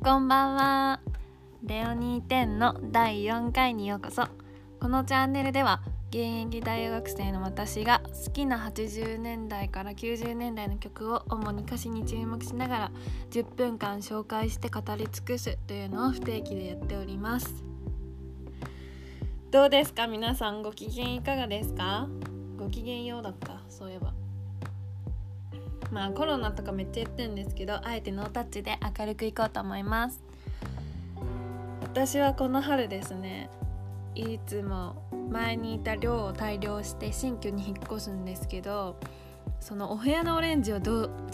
こんばんは。レオニー10の第4回にようこそ。このチャンネルでは現役大学生の私が好きな80年代から90年代の曲を主に歌詞に注目しながら10分間紹介して語り尽くすというのを不定期でやっております。どうですか皆さん、ご機嫌いかがですか？ご機嫌ようだった。そういえばコロナとかめっちゃ言ってるんですけど、あえてノータッチで明るくいこうと思います。私はこの春ですね、いつも前にいた寮を退寮して新居に引っ越すんですけど、そのお部屋のアレンジをどう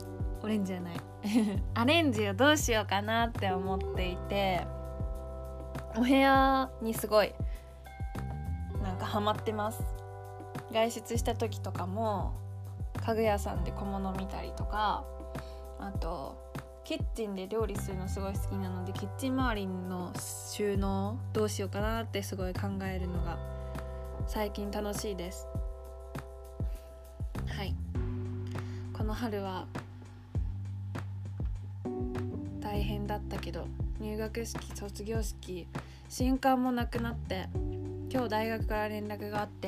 しようかなって思っていて、お部屋にすごいハマってます。外出した時とかも家具屋さんで小物見たりとか、あとキッチンで料理するのすごい好きなので、キッチン周りの収納どうしようかなってすごい考えるのが最近楽しいです。はい、この春は大変だったけど、入学式、卒業式、新刊もなくなって、今日大学から連絡があって、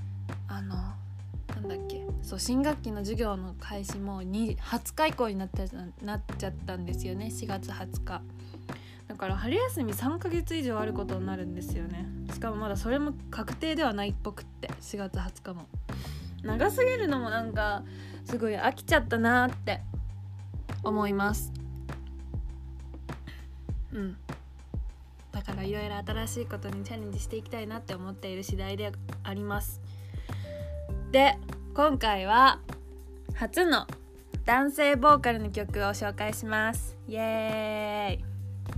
新学期の授業の開始も20日以降になっちゃったんですよね。4月20日だから春休み3ヶ月以上あることになるんですよね。しかもまだそれも確定ではないっぽくって、4月20日も長すぎるのもすごい飽きちゃったなって思います。だからいろいろ新しいことにチャレンジしていきたいなって思っている次第であります。で、今回は初の男性ボーカルの曲を紹介します。イエーイ。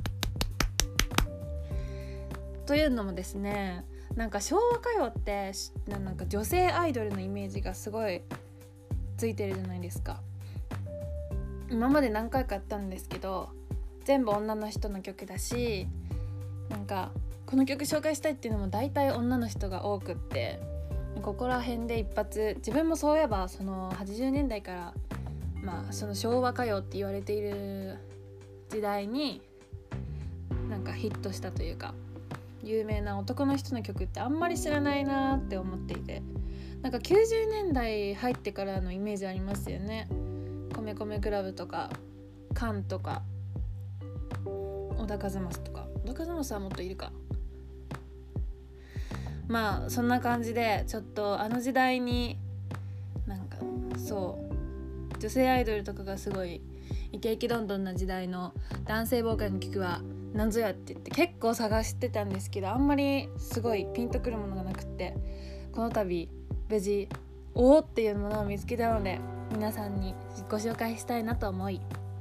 というのもですね、昭和歌謡って女性アイドルのイメージがすごいついてるじゃないですか。今まで何回かやったんですけど、全部女の人の曲だし、この曲紹介したいっていうのも大体女の人が多くって、ここら辺で一発、自分もそういえばその80年代からその昭和歌謡って言われている時代にヒットしたというか、有名な男の人の曲ってあんまり知らないなって思っていて、90年代入ってからのイメージありますよね。米米クラブとかカンとか小田和正とか、小田和正はもっといるか、そんな感じで、ちょっとあの時代に女性アイドルとかがすごいイケイケどんどんな時代の男性ボーカルの曲は何ぞやって言って結構探してたんですけど、あんまりすごいピンとくるものがなくって、この度無事おーっていうものを見つけたので、皆さんにご紹介したいなと思い、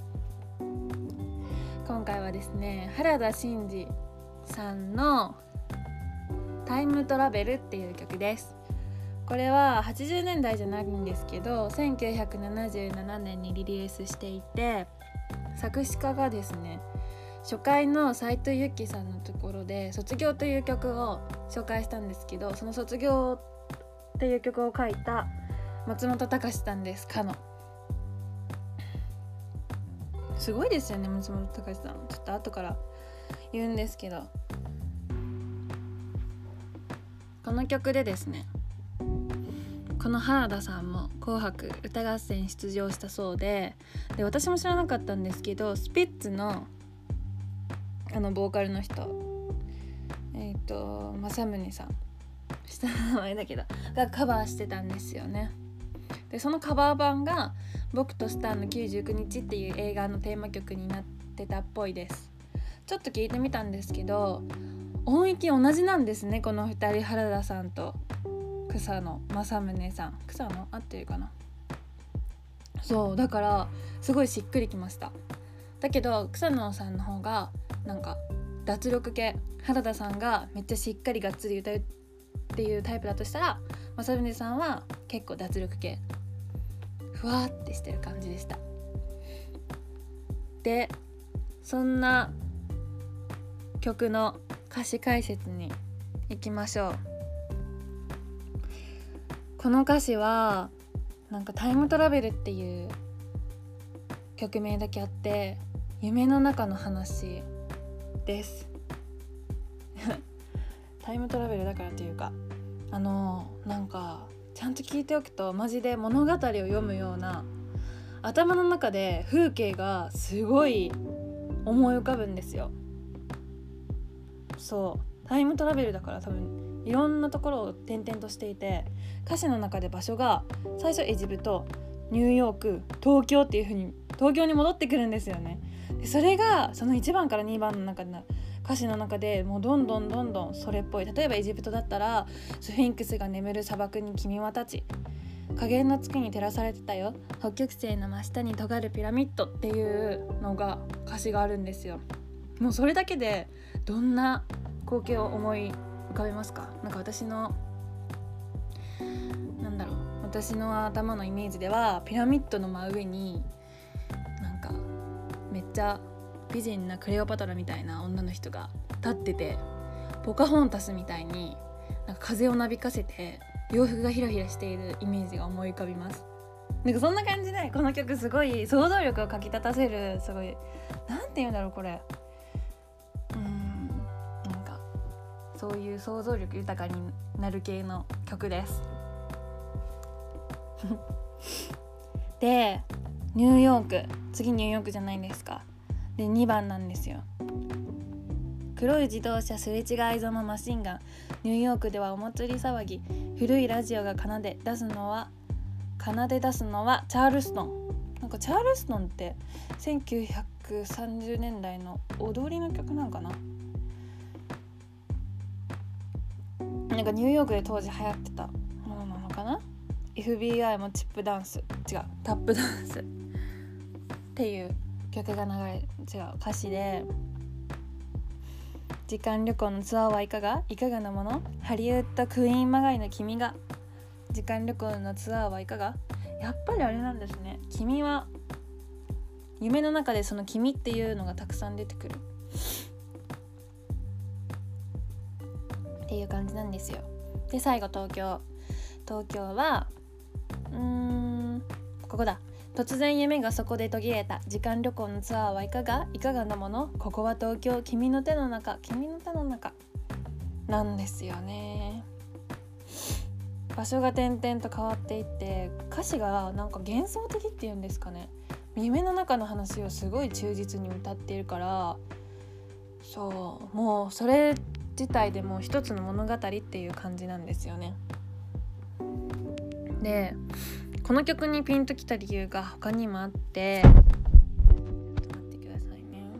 今回はですね、原田真二さんのタイムトラベルっていう曲です。これは80年代じゃないんですけど、1977年にリリースしていて、作詞家がですね、初回の斉藤由貴さんのところで卒業という曲を紹介したんですけど、その卒業っていう曲を書いた松本隆さんです。すごいですよね、松本隆さん。ちょっと後から言うんですけど、この曲でですね、この原田さんも紅白歌合戦出場したそうで、私も知らなかったんですけど、スピッツのボーカルの人、正宗さん、下の名前だけどがカバーしてたんですよね。で、そのカバー版が僕とスターの99日っていう映画のテーマ曲になってたっぽいです。ちょっと聞いてみたんですけど、音域同じなんですね、この2人、原田さんと草野正宗さん。草野合ってるかな。そうだからすごいしっくりきました。だけど草野さんの方が脱力系、原田さんがめっちゃしっかりがっつり歌うっていうタイプだとしたら、正宗さんは結構脱力系、ふわーってしてる感じでした。で、そんな曲の歌詞解説に行きましょう。この歌詞はタイムトラベルっていう曲名だけあって、 夢の中の話ですタイムトラベルだからというかなんかちゃんと聞いておくとマジで物語を読むような頭の中で風景がすごい思い浮かぶんですよ。そうタイムトラベルだから多分いろんなところを転々としていて、歌詞の中で場所が最初エジプト、ニューヨーク、東京っていう風に東京に戻ってくるんですよね。でそれがその1番から2番の中で歌詞の中でもうどんどんそれっぽい。例えばエジプトだったらスフィンクスが眠る砂漠に君は立ち、下限の月に照らされてたよ、北極星の真下に尖るピラミッドっていうのが歌詞があるんですよ。もうそれだけでどんな光景を思い浮かべますか？なんか私の頭のイメージではピラミッドの真上になんかめっちゃ美人なクレオパトラみたいな女の人が立ってて、ポカホンタスみたいになんか風をなびかせて洋服がヒラヒラしているイメージが思い浮かびます。なんかそんな感じでこの曲すごい想像力をかき立たせる、すごいなんて言うんだろうこれ、なんかそういう想像力豊かになる系の曲ですでニューヨーク、次ニューヨークじゃないんですか。で2番なんですよ。黒い自動車すれ違いざまマシンガン、ニューヨークではお祭り騒ぎ、古いラジオが奏で出すのはチャールストン。なんかチャールストンって1930年代の踊りの曲なんかな。なんかニューヨークで当時流行ってたものなのかな。 FBI もタップダンスっていう曲が歌詞で、時間旅行のツアーはいかがなもの、ハリウッドクイーンまがいの君が、時間旅行のツアーはいかが、やっぱりあれなんですね。君は夢の中でその君っていうのがたくさん出てくるっていう感じなんですよ。で最後東京はここだ。突然夢がそこで途切れた、時間旅行のツアーはいかがなもの、ここは東京、君の手の中なんですよね。場所が点々と変わっていって、歌詞がなんか幻想的っていうんですかね、夢の中の話をすごい忠実に歌っているから、そうもうそれ自体でもう一つの物語っていう感じなんですよね。でこの曲にピンときた理由が他にもあって、ちょっと待ってくださいね。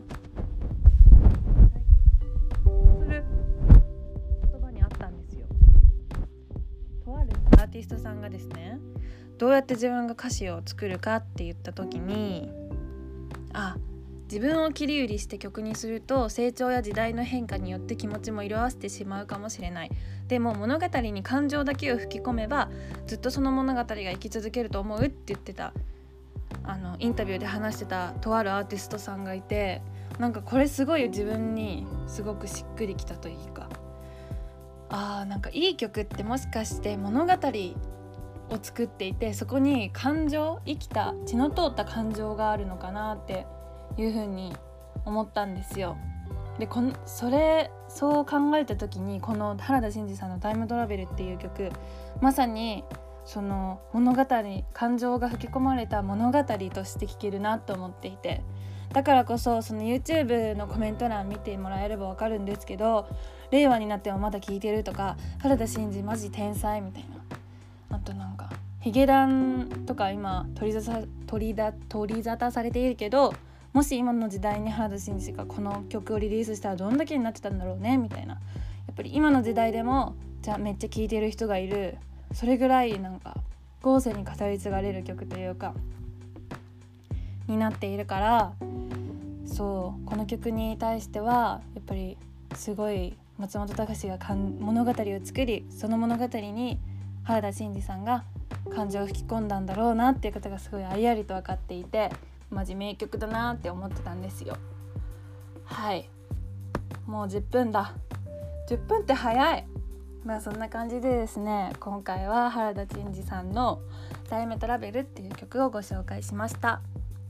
する言葉にあったんですよ。とあるアーティストさんがですね、どうやって自分が歌詞を作るかって言った時に、自分を切り売りして曲にすると成長や時代の変化によって気持ちも色あせてしまうかもしれない。でも物語に感情だけを吹き込めばずっとその物語が生き続けると思うって言ってた、インタビューで話してたとあるアーティストさんがいて、なんかこれすごい自分にすごくしっくりきたというか、なんかいい曲ってもしかして物語を作っていて、そこに感情、生きた血の通った感情があるのかなっていう風に思ったんですよ。でそう考えた時に、この原田真二さんのタイムトラベルっていう曲、まさにその物語、感情が吹き込まれた物語として聴けるなと思っていて、だからこそその YouTube のコメント欄見てもらえればわかるんですけど、令和になってもまだ聴いてるとか、原田真二マジ天才みたいな、あとなんかヒゲダンとか今取り沙汰されているけど、もし今の時代に原田真二がこの曲をリリースしたらどんだけになってたんだろうねみたいな、やっぱり今の時代でもめっちゃ聴いてる人がいる、それぐらいなんか後世に語り継がれる曲というかになっているから、そうこの曲に対してはやっぱりすごい松本隆が物語を作り、その物語に原田真二さんが感情を吹き込んだんだろうなっていうことがすごいありありと分かっていて、マジ名曲だなって思ってたんですよ。はい、もう10分だ。10分って早い。そんな感じでですね、今回は原田真二さんのタイムトラベルっていう曲をご紹介しました。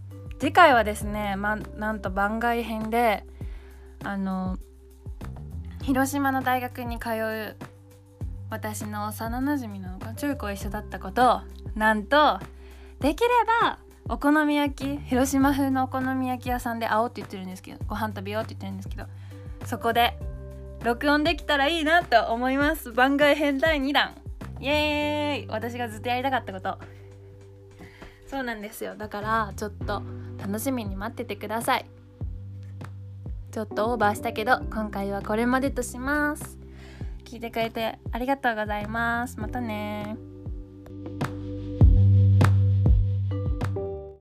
次回はですね、なんと番外編で広島の大学に通う私の幼なじみなのか中高一緒だったことをなんとできればお好み焼き広島風のお好み焼き屋さんで会おうって言ってるんですけど、ご飯食べようって言ってるんですけど、そこで録音できたらいいなと思います。番外編第2弾イエーイ。私がずっとやりたかったこと、そうなんですよ。だからちょっと楽しみに待っててください。ちょっとオーバーしたけど今回はこれまでとします。聞いてくれてありがとうございます。またね。